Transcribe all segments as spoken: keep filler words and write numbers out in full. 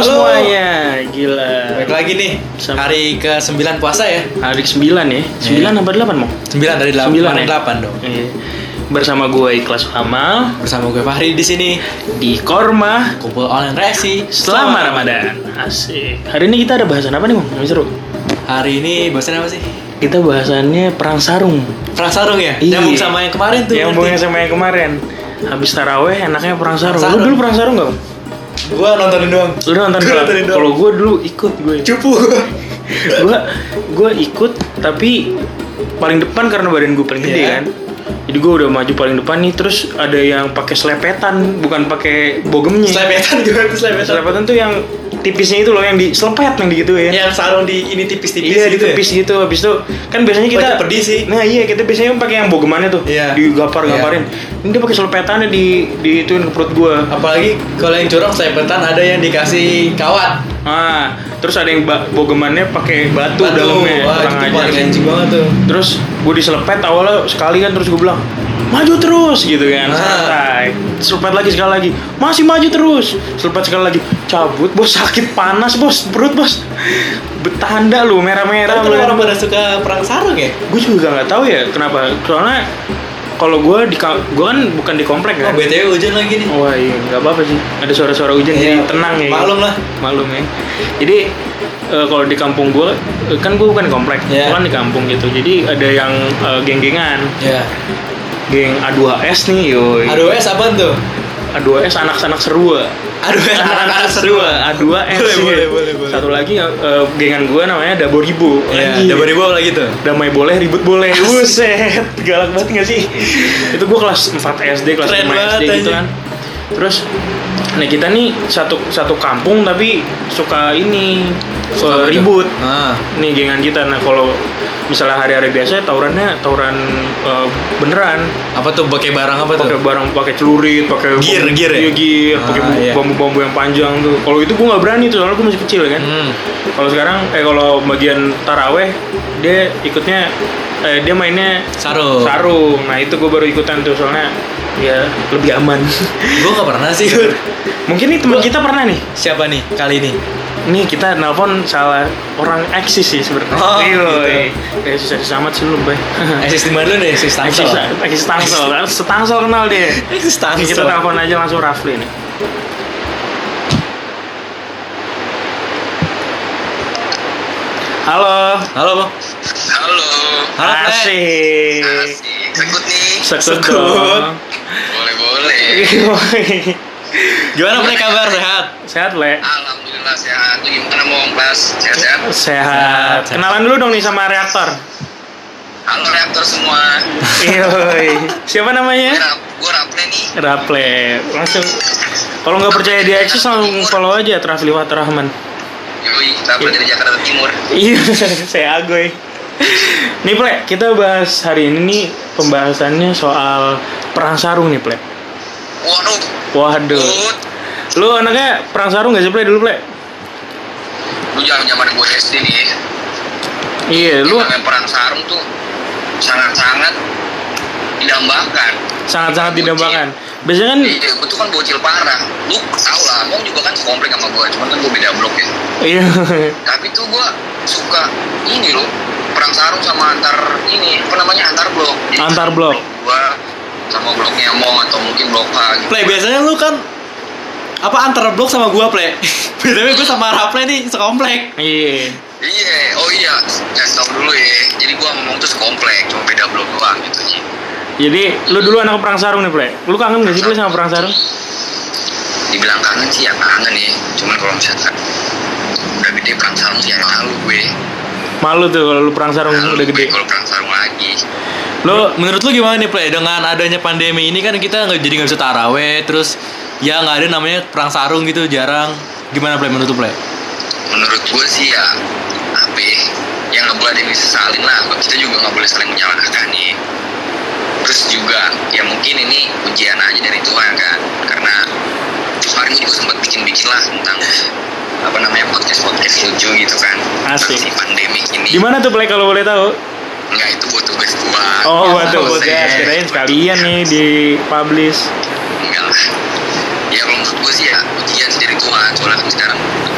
semuanya, gila. Baik lagi nih, hari ke sembilan puasa ya. Hari ke sembilan ya, sembilan yeah. apa delapan mau? sembilan dari delapan, sembilan ya? delapan dong. Iya. Bersama gue Ikhlas Amal, bersama gue Fahri di sini di Korma Kumpul Online Resi. Selamat Ramadan. Asik. Hari ini kita ada bahasan apa nih, Bang? Yang seru. Hari ini bahasan apa sih? Kita bahasannya perang sarung. Perang sarung ya? Iya. Nyambung sama yang kemarin tuh. Nyambung sama yang kemarin. Habis taraweh enaknya perang sarung. Perang sarung. Lu dulu perang sarung enggak, Bang? Gua nontonin doang. Lu nonton doang. Kalau gua dulu ikut gue. Cupu. gua gua ikut tapi paling depan karena badan gue paling gede yeah. kan. Jadi gue udah maju paling depan nih, terus ada yang pakai selepetan, bukan pakai bogemnya. Selepetan juga tuh selepetan. Selepetan tuh yang tipisnya itu loh, yang di selepet yang digituin. Yang sarung di ini tipis-tipis. Iya, gitu ditipis ya? Gitu. Habis itu kan biasanya kita pedih sih. Nah, iya, kita biasanya pakai yang bogemannya tuh. Iya. Digapar-gaparin. Iya. Ini dia pakai selepetannya di di ituin ke perut gua. Apalagi kalau yang curang selepetan ada yang dikasih kawat. Ah, terus ada yang ba- bogemannya pakai batu, batu dalamnya. Wah, itu paling anjing banget tuh. Terus gue diselepet awalnya sekali kan, terus gue bilang maju terus gitu kan, santai. Selepet lagi sekali lagi, masih maju terus. Selepet sekali lagi, cabut bos, sakit panas bos, perut bos, betanda lu merah-merah. Tapi orang pada suka perang sarung ya? Gue juga nggak tahu ya kenapa. Soalnya kalau gue di gue kan bukan di komplek kan. Oh, B T W hujan lagi nih. Wah iya, nggak apa-apa sih. Ada suara-suara hujan jadi iya, tenang ya. Maklum lah. Maklum ya. Jadi uh, kalau di kampung gue, kan gue bukan di komplek, yeah. gue kan di kampung gitu. Jadi ada yang uh, geng-gengan. Iya. Yeah. Geng A dua S nih, yoi. A dua S apaan tuh? A dua S anak-anak serua. A dua S anak-anak serua. A dua S. Boleh, boleh, boleh, boleh. Satu lagi uh, gengan gue namanya Dabo Ribu. Iya, Dabo Ribu apa lagi tuh? Damai boleh, ribut boleh. Buset, galak banget enggak sih? Itu gue kelas empat S D, kelas lima S D gitu kan. Terus nah kita nih satu satu kampung tapi suka ini suka ribut. Ah. Nih gengan kita. Nah, kalau misalnya hari-hari biasa tawurannya tawuran uh, beneran. Apa tuh pakai barang apa tuh? Pakai barang, pakai celurit, pakai gear, bambu, gear ya? Iya, gear, ah, pakai iya. bambu-bambu yang panjang tuh. Kalau itu gue nggak berani tuh, soalnya gue masih kecil kan. Hmm. Kalau sekarang eh kalau bagian taraweh dia ikutnya eh, dia mainnya sarung. Sarung. Nah, itu gue baru ikutan tuh soalnya ya lebih aman. Gue nggak pernah sih. Mungkin nih teman kita pernah nih. Siapa nih kali ini? Nih kita nelpon salah orang eksis sih sebenarnya. Oh, gitu. Eksis eksis amat sih lu, Bay. Eksis di mana deh? Eksis Tangsel. Eksis Tangsel. Setangsel kenal dia. Eksis Tangsel. Kita telepon aja langsung Rafli nih. Halo. Halo, Bang. Halo. Halo, Asik. Asik. Sekut nih. Sekut dong. Boleh-boleh. Gimana Ple kabar? Sehat? Sehat, Le. Alhamdulillah sehat. Lu gimana, Mong? Pas sehat-sehat? Sehat. Kenalan dulu dong nih sama Reaktor. Halo Reaktor semua. Yoi. Siapa namanya? Gue Raple nih. Raple. Langsung. Kalau nggak percaya dia eksis langsung follow aja Rafli Watrahman. Yoi, Raple dari Jakarta Timur. Iya, saya agoy. Nih Ple, kita bahas hari ini nih pembahasannya soal perang sarung nih Ple. Waduh. Waduh. Good. Lu anaknya perang sarung gak sih Ple dulu Ple? Lu jangan zaman gue S D nih. Iya, lu namanya perang sarung tuh sangat-sangat didambakan. Sangat-sangat didambakan. Biasanya kan iya, gue tuh kan bocil parah. Lu tau lah, Mong juga kan sekomplek sama gue, cuman kan gue beda blok ya. Iya. Tapi tuh gue suka ini loh, perang sarung sama antar ini, apa namanya, antar blok. Jadi antar blok. Gue sama bloknya Mong atau mungkin blok A gitu. Play, biasanya lu kan apa antara blok sama gua, Play. Biasanya gue sama Raple nih sekomplek. Iya. Iya, oh iya, kasih tau dulu ya. Jadi gua ngomong tuh sekomplek, cuma beda blok doang gitu sih. Jadi lu dulu anak perang sarung nih, Ple. Lu kangen gak sih Ple sama perang sarung? Dibilang kangen sih ya kangen ya. Cuman kalau misalkan udah gede perang sarung sih ya malu gue. Malu tuh kalau lu perang sarung malu udah gede. Kalau perang sarung lagi. Lo menurut lu gimana nih, Play? Dengan adanya pandemi ini kan kita nggak jadi nggak bisa taraweh, terus ya nggak ada namanya perang sarung gitu, jarang. Gimana Play menurut lu, Play? Menurut gue sih ya apa ya, ya nggak boleh ada yang disesalin lah. Kita juga nggak boleh saling menyalahkan nih. Terus juga ya mungkin ini ujian aja dari Tuhan kan, karena kemarin juga sempat bikin-bikin lah tentang apa namanya podcast-podcast lucu gitu kan. Asik. Si pandemi ini. Gimana tuh Play kalau boleh tahu? Enggak, itu buat tugas gua. Oh, buat ya, tugas. Kirain sekalian nih di publish. Enggak lah. Ya kalau menurut gua sih ya ujian sih dari Tuhan. Soalnya kan sekarang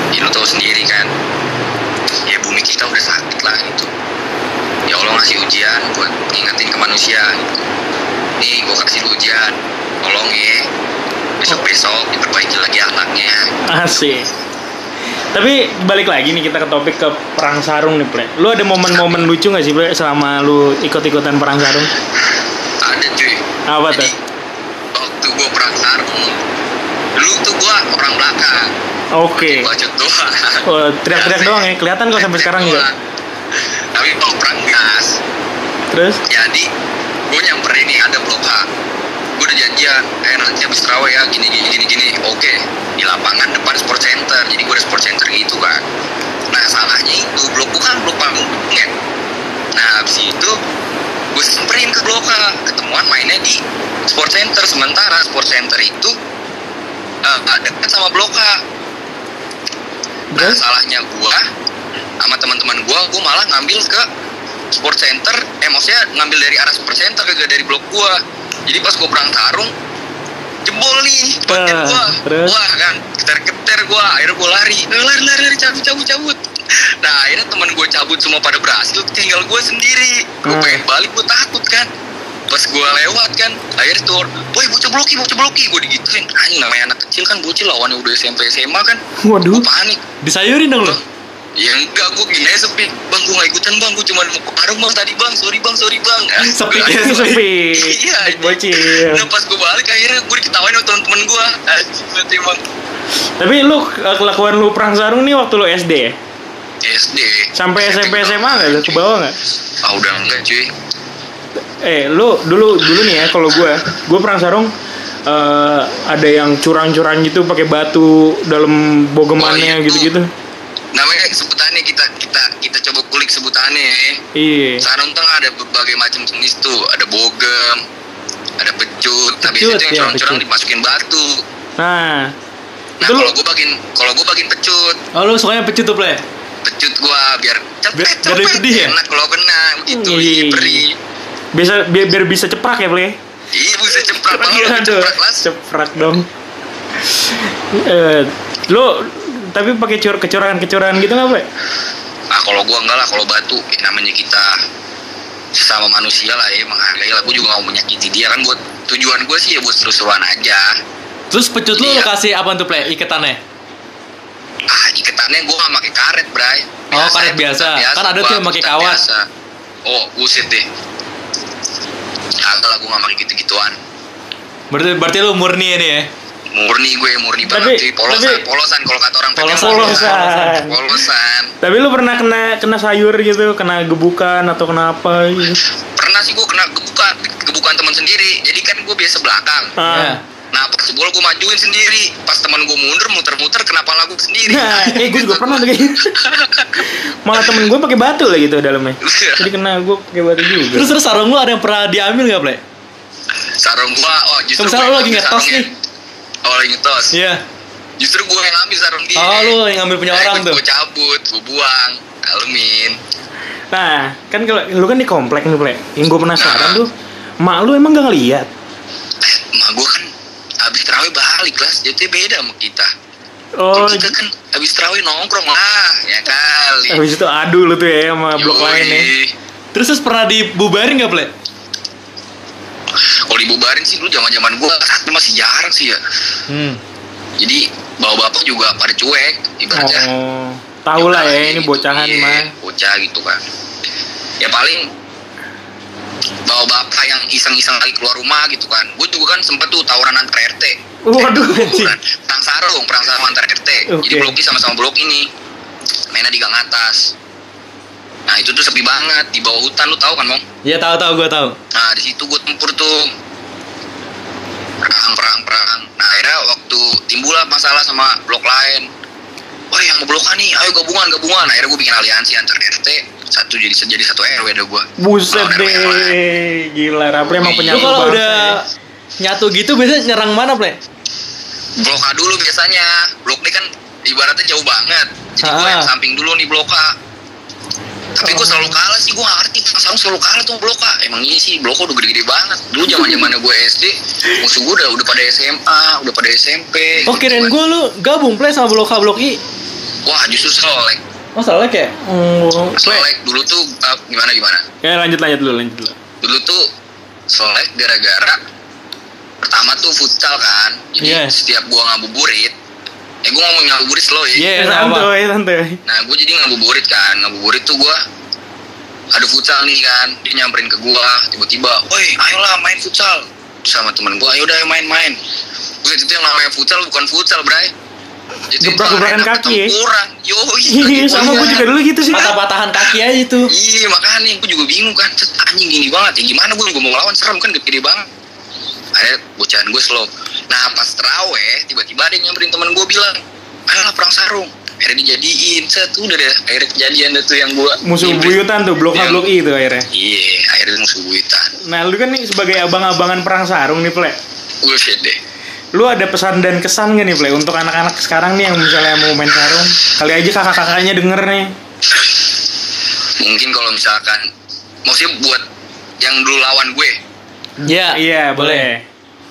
Ya lu tahu sendiri kan, ya bumi kita udah sakit lah gitu. Ya Allah ngasih ujian buat ngingetin ke manusia gitu. Nih gue kasih lu ujian, tolong ya besok-besok diperbaiki lagi anaknya. Asik. Tapi balik lagi nih kita ke topik ke perang sarung nih, Ple. Lu ada momen-momen lucu gak sih, Ple, selama lu ikut-ikutan perang sarung? Ada cuy. Apa Jadi, tuh? waktu gue perang sarung, dulu tuh gue orang belakang. Oke. Bacot doang. Oh, teriak-teriak doang ya, kelihatan kok sampai sekarang juga. Tapi kalau perang gas, Terus? jadi gue nyamperin nih ada blok H. Gue udah janjian, eh nanti habis terawih ya gini gini gini gini. Oke, di lapangan depan sport center. Jadi gue ada sport center gitu kan. Nah salahnya itu blok gue kan blok panggung ya. Nah habis itu gue samperin ke blok H, ketemuan mainnya di sport center. Sementara sport center itu uh, dekat sama blok H. Nah Terus? salahnya gue sama teman-teman gue, gue malah ngambil ke sport center. Eh maksudnya ngambil dari arah sport center, kagak dari blok gue. Jadi pas gue perang sarung jebol nih badan gue. Terus? Wah kan keter-keter gue, akhirnya gue lari lari lari lari cabut cabut cabut. Nah akhirnya teman gue cabut semua pada berhasil, tinggal gue sendiri. Gue Hmm. pengen balik, gue takut kan. Pas gue lewat kan, akhirnya tuh, boy bocah bloki bocah bloki, gue digituin. Anjing namanya anak kecil kan, bocil lawannya udah S M P S M A kan. Waduh. Gue panik. Disayurin dong lo. Ya enggak, gue gini aja sepi. Bang, gue gak ikutan bang, gue cuma mau ke warung bang tadi bang. Sorry bang, sorry bang. Sepi Gua- ya, Sepi. Iya, Bocil. Nah pas gue balik akhirnya gue diketawain sama temen-temen gue. Anjing berarti emang Tapi lu kelakuan lu perang sarung nih waktu lu S D ya? S D. Sampai S M P S M A enggak lu ke bawah enggak? Ah udah enggak cuy. Eh, lu dulu dulu nih ya kalau gue, gue perang sarung eh, ada yang curang-curang gitu pakai batu dalam bogemannya Oh, iya. gitu-gitu. Namanya sebutannya kita kita kita coba kulik sebutannya ya. Iya. Sarung tengah ada berbagai macam jenis tuh. Ada bogem, ada pecut. Tapi Pecut, itu yang ya, curang-curang pecut. dimasukin batu. Nah, Nah itu lu kalau gue bagiin kalau gue bagiin pecut. Oh lu sukanya pecut tuh, Ple? Pecut gua biar cepet Biar- biar cepet pedih ya? enak kalau kena begitu Iya. iya perih. bisa biar, biar bisa ceprak ya, Ple. Iya bisa ceprak banget Iya, lebih aduh, ceprak las. ceprak dong. Eh, lu tapi pakai cur kecurangan-kecurangan gitu nggak, Ple? Ah kalau gua enggak lah, kalau batu ya, namanya kita sesama manusia lah ya, menghargai lah. Gua juga gak mau menyakiti dia kan. Buat tujuan gua sih ya buat seru-seruan aja. Terus pecut lu Iya. lu kasih apa tuh, Ple? Iketannya? Ah iketannya gua gak pakai karet, Bray. Oh, karet biasa. Kan ada tuh yang gua pakai pecut kawat. biasa. Oh buset deh. Kagak lah, gua gak pakai gitu-gituan. Berarti berarti lu murni ini ya? Murni gue, murni Tapi- banget cuy. Polosan, tapi- polosan kalau kata orang P K M. Polosan. Polosan. Polosan. Tapi lu pernah kena kena sayur gitu, kena gebukan atau kena apa gitu? Pernah sih gue kena gebukan, gebukan teman sendiri. Jadi kan gue biasa belakang. Ah. Ya. Nah pas bola gue majuin sendiri. Pas teman gue mundur, muter-muter, kenapa lagu sendiri? Nah, eh gue juga pernah tuh kayak gitu. Malah temen gue pakai batu lah gitu dalamnya. Jadi kena gue pakai batu juga. Terus terus sarung lu ada yang pernah diambil nggak, Ple? Sarung gue, oh justru Misalnya gua lu yang lagi ngambil ngetos sarungnya. nih. Oh lagi ngetos. Iya. Justru gue yang ngambil sarung dia. Oh, lu yang ngambil punya orang tuh. Gue cabut, gue buang, alamin. Nah, kan kalau lu kan di komplek nih, Ple. Yang gue penasaran tuh, mak lu emang gak ngeliat? Eh, emak gue kan abis terawih balik kelas, jadi beda sama kita. Oh, Kalau kita kan abis terawih nongkrong lah, ya kali. habis itu adu lu tuh ya sama blok Yoi. lain ya. Terus terus pernah dibubarin nggak, Ple? Kalau dibubarin sih dulu zaman-zaman gua tapi masih jarang sih ya. Hmm. Jadi bawa bapak juga pada cuek ibaratnya. Oh, tahu lah ya ini gitu, bocahan iya, mah. Bocah gitu kan. Ya paling bawa bapak yang iseng-iseng lagi keluar rumah gitu kan. Gue juga kan sempet tuh tawuran antar R T. Waduh, Eh, anjing. bukan. Perang sarung, perang sarung antar R T. Oke. Jadi bloknya sama-sama blok ini. Mainnya di gang atas. Nah itu tuh sepi banget di bawah hutan, lu tahu kan Mong? Iya tahu tahu gue tahu. Nah di situ gue tempur tuh perang perang perang. Nah akhirnya waktu timbul lah masalah sama blok lain. Wah yang mau blokan nih, ayo gabungan gabungan. Akhirnya gue bikin aliansi antar R T satu jadi jadi satu R W ada gue. Buset Lawan R W yang lain. deh, gila Rapli emang Iya. penyatu Lu kalau bangsa udah ya. nyatu gitu biasanya nyerang mana, Ple? Blok A dulu biasanya. Blok D kan ibaratnya jauh banget. Jadi gue Ah. yang samping dulu nih blok A. Tapi gue selalu kalah sih, gue gak ngerti. Selalu selalu kalah tuh blok A. Emang iya sih, blok A udah gede-gede banget. Dulu zaman-zamannya gue S D, musuh gue udah udah pada S M A, udah pada S M P. Oh gitu kirain kan. gue lu gabung, Ple, sama blok A blok I. Wah justru selek. Oh salah kayak. Oh, Selek dulu tuh uh, gimana gimana? ya lanjut lanjut dulu lanjut dulu. Dulu tuh selek gara-gara pertama tuh futsal kan. Jadi Iya. setiap gua ngabuburit, eh gua ngomong ngabuburit slow ya. Iya, Eh, sama. santuy santuy. Nah gua jadi ngabuburit kan, ngabuburit tuh gua ada futsal nih kan, dia nyamperin ke gua tiba-tiba, woi ayolah main futsal sama temen gua, ayo udah main-main. Terus itu yang namanya futsal bukan futsal bray. Itu Gebrak-gebrakan kaki ya? Kurang, yoi. Iya, sama gue juga dulu gitu sih. Patah-patahan kaki aja itu. Iya makanya gue juga bingung kan, cet, anjing gini banget ya gimana gue gue mau lawan serem kan gede banget. Akhirnya bocahan gue slow. Nah pas terawih tiba-tiba ada yang nyamperin temen gue bilang, ayolah perang sarung. Akhirnya dijadiin, set udah deh. Akhirnya kejadian deh tuh yang gue Musuh buyutan tuh, blok A Yang- blok I itu akhirnya. Iya akhirnya musuh buyutan. Nah, lu kan nih sebagai abang-abangan perang sarung nih, Ple. Gue shit deh. Lu ada pesan dan kesan gak nih, Ple, untuk anak-anak sekarang nih yang misalnya mau main sarung? Kali aja kakak-kakaknya denger nih. Mungkin kalau misalkan maksudnya buat yang dulu lawan gue, Iya. Iya, boleh.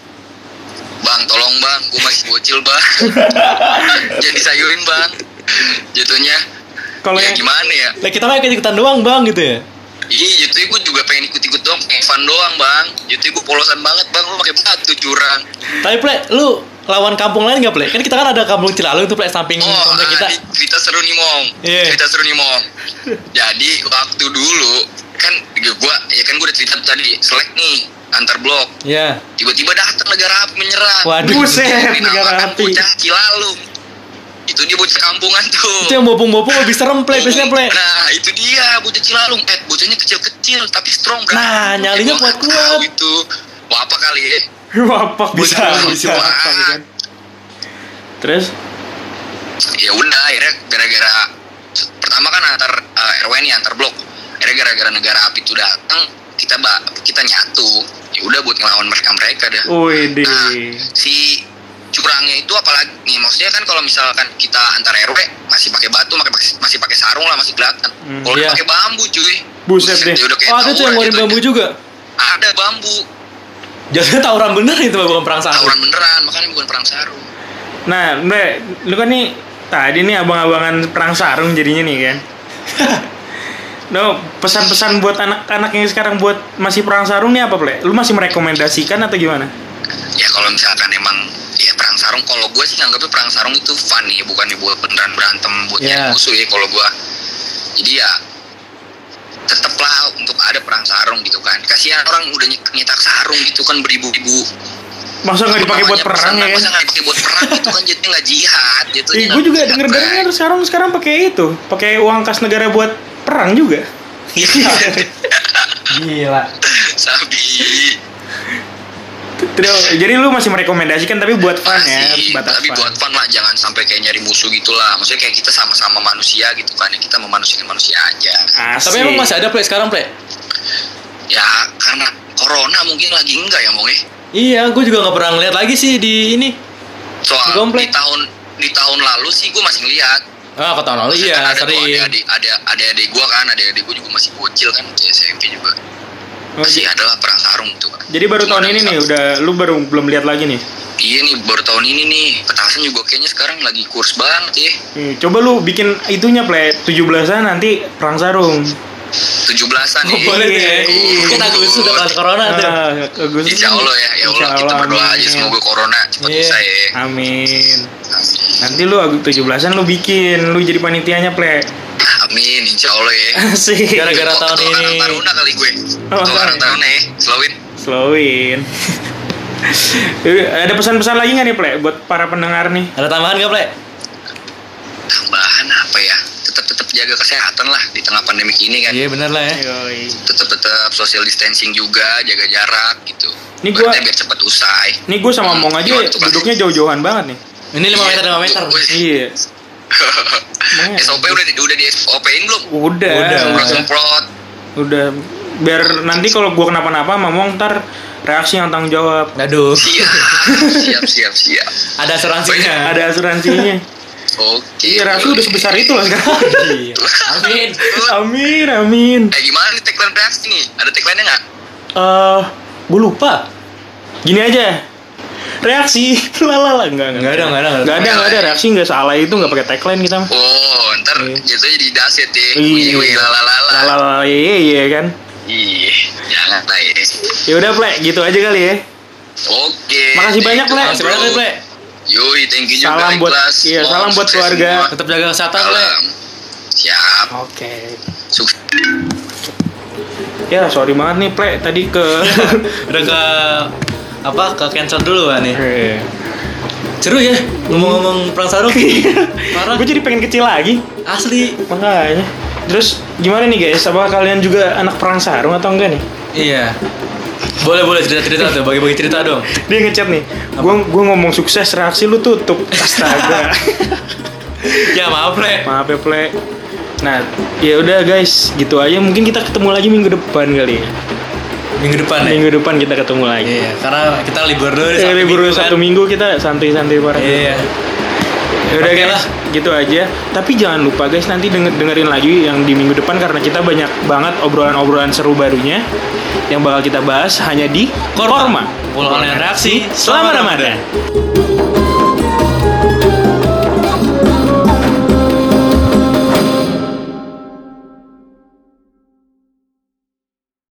bang tolong bang, gue masih bocil bang. Jangan disayurin bang. Jatuhnya Kalau ya yang gimana ya? Lah kita mah ikut-ikutan doang bang gitu ya. Iya, jatuhnya gue juga pengen ikut-ikut doang, pengen fun doang bang. Jatuhnya gue polosan banget bang, lu pakai batu curang. Tapi Ple, lu lawan kampung lain gak Ple? Kan kita kan ada kampung Cilalung tuh Ple, samping Oh, komplek kita. ah, ini cerita seru nih mong. Iya. Cerita seru nih mong. Jadi waktu dulu kan gue, ya kan gue udah cerita tadi, selek nih antar blok. Iya. Tiba-tiba datang negara api menyerang. Waduh. Buset, negara Dinamakan api. bocah Cilalung. Itu dia bocah kampungan tuh. Itu yang bopong-bopong lebih serem Ple, biasanya Ple. Nah itu dia bocah Cilalung. Eh bocahnya kecil-kecil tapi strong. Bro. Nah, nyalinya Gua nggak kuat-kuat. tahu itu. Wah apa kali ya? wapak Bisa, bocah, bisa. wapak, kan. Terus Ya udah akhirnya gara-gara pertama kan antar uh, R W nih antar blok. Akhirnya gara-gara negara api itu datang kita ba- kita nyatu. Ya udah buat ngelawan mereka mereka dah. wih Nah, deh. si curangnya itu apalagi nih maksudnya kan kalau misalkan kita antar R W masih pakai batu, pakai masih pakai sarung lah masih kelihatan. Hmm, Kalau dia iya. pakai bambu cuy. Buset deh. dia udah kayak Oh ada tuh yang tawuran ngeluarin gitu. bambu juga. Ada bambu. Jadinya tawuran bener itu bukan perang sarung. Tawuran beneran, makanya bukan perang sarung. Nah, Bre, lu kan nih tadi nih abang-abangan perang sarung jadinya nih kan. No, pesan-pesan buat anak-anak yang sekarang buat masih perang sarung nih apa, Ple? Lu masih merekomendasikan atau gimana? Ya kalau misalkan emang ya perang sarung, kalau gue sih nganggapnya perang sarung itu fun nih, bukannya buat beneran berantem buat Iya. yeah. musuh ya kalau gue. Jadi ya tetaplah untuk ada perang sarung gitu kan. Kasihan orang udah nyet- nyetak sarung gitu kan beribu-ribu. Masa nggak dipakai buat Namanya perang pesanan, ya kan? Masa nggak dipakai buat perang itu kan jadinya nggak jihad. Jatuhnya Ih, nggak gue juga jihad, denger-denger Bray. sekarang sekarang pakai itu, pakai uang kas negara buat perang juga. Gila. Sabi. Terus, jadi lu masih merekomendasikan tapi buat fun ya, Masih, batas tapi fun. buat fun lah, jangan sampai kayak nyari musuh gitulah. Maksudnya kayak kita sama-sama manusia gitu kan, ya kita memanusiakan manusia aja. Asik. Tapi emang masih ada Ple sekarang Ple? Ya karena corona mungkin lagi enggak ya mong ya. Iya, gue juga nggak pernah ngeliat lagi sih di ini. Soal Di komplek. di tahun di tahun lalu sih gue masih ngeliat. Ah, ke tahun lalu Maksudnya iya, kan ada tuh sering. ada adik ada ada adik gue kan, ada adik gue juga masih bocil kan, masih S M P juga. Oh, Masih ada lah perang sarung tuh kan. jadi baru Cuma tahun ada ini nih, satu- udah lu baru belum lihat lagi nih. Iya nih baru tahun ini nih. Petasan juga kayaknya sekarang lagi kurs banget ya. Nih, coba lu bikin itunya, Ple, tujuh belasan nanti perang sarung. tujuh belasan Oh, nih. boleh tuh ya. Iya. Mungkin Agustus udah kelar corona tuh. Ah, Agustus Insya Allah ya, ya Allah Insya kita berdoa amin. aja semoga corona cepat Iya. usai ya. Amin. Amin. Nanti lu Agustus tujuh belasan lu bikin, lu jadi panitianya, Ple. Amin, insya Allah ya. Asik. Gara-gara Ketua- tahun ketua ini. Karang Taruna kali gue. Oh, Ketua Karang iya. Taruna ya, slowin. Slowin. Ada pesan-pesan lagi nggak nih, Ple, buat para pendengar nih? Ada tambahan nggak Ple? Tambahan apa ya? Tetap tetap jaga kesehatan lah di tengah pandemi ini kan. Iya bener lah ya. Yoi. Tetap tetap social distancing juga, jaga jarak gitu. Ini gua- Berarti biar cepat usai. Nih gue sama Mong aja Gimana tuh, Mas? duduknya jauh-jauhan banget nih. Ini lima meter lima meter. Iya. S O P udah di- udah di S O P-in belum? Udah. Udah. Semprot-semprot. Udah. Biar nanti kalau gue kenapa-napa, Mamong ntar reaksi yang tanggung jawab. Aduh, Siap, siap, siap, siap. ada asuransinya. Ada asuransinya. Oke. Iya, reaksi udah sebesar itu lah sekarang. Iya. Amin. Amin, amin. Eh gimana nih tagline reaksi nih? Ada tagline-nya nggak? Eh, Gue lupa. gini aja. reaksi. Lala enggak Enggak ada, enggak ada, Enggak ada, enggak ada reaksi, enggak salah itu enggak pakai tagline kita mah. Oh, ntar Iya. jatuhnya jadi daset ya. Iya. Wih, lalalala. Lala iya iya kan. Iya, jangan lah ya. Ya udah Ple, gitu aja kali ya. Oke. Makasih banyak, thank you, Ple. Makasih banyak nih, Ple. Yoi, thank you juga. Salam buat- Ikhlas. iya, Semoga salam buat sukses keluarga. semua. Tetap jaga kesehatan, Ple. Salam. Siap. Oke. Sukses. Ya, sorry banget nih Ple, tadi ke Udah ke apa? Ke cancel dulu kan nih. Eh. Seru ya ngomong-ngomong perang sarung. Parah. Gue jadi pengen kecil lagi. Asli. Makanya. Terus gimana nih guys? Apa kalian juga anak perang sarung atau enggak nih? Iya. Boleh boleh cerita-cerita tuh, bagi-bagi cerita dong. Dia ngechat nih. Gue gue ngomong sukses, reaksi lu tutup. Astaga. Ya maaf, Ple. Maaf ya Ple. Nah, ya udah guys, gitu aja. Mungkin kita ketemu lagi minggu depan kali ya. Minggu depan ya. Minggu depan kita ketemu lagi. Iya, karena kita libur dulu di Eh, Sabtu libur Minggu, satu kan. minggu kita santai-santai bareng. Iya. Ya udah Oke guys, lah. gitu aja. Tapi jangan lupa guys, nanti denger, dengerin lagi yang di minggu depan karena kita banyak banget obrolan-obrolan seru barunya yang bakal kita bahas hanya di Korma. Korma. Pulau Online Reaksi. Selamat Ramadan.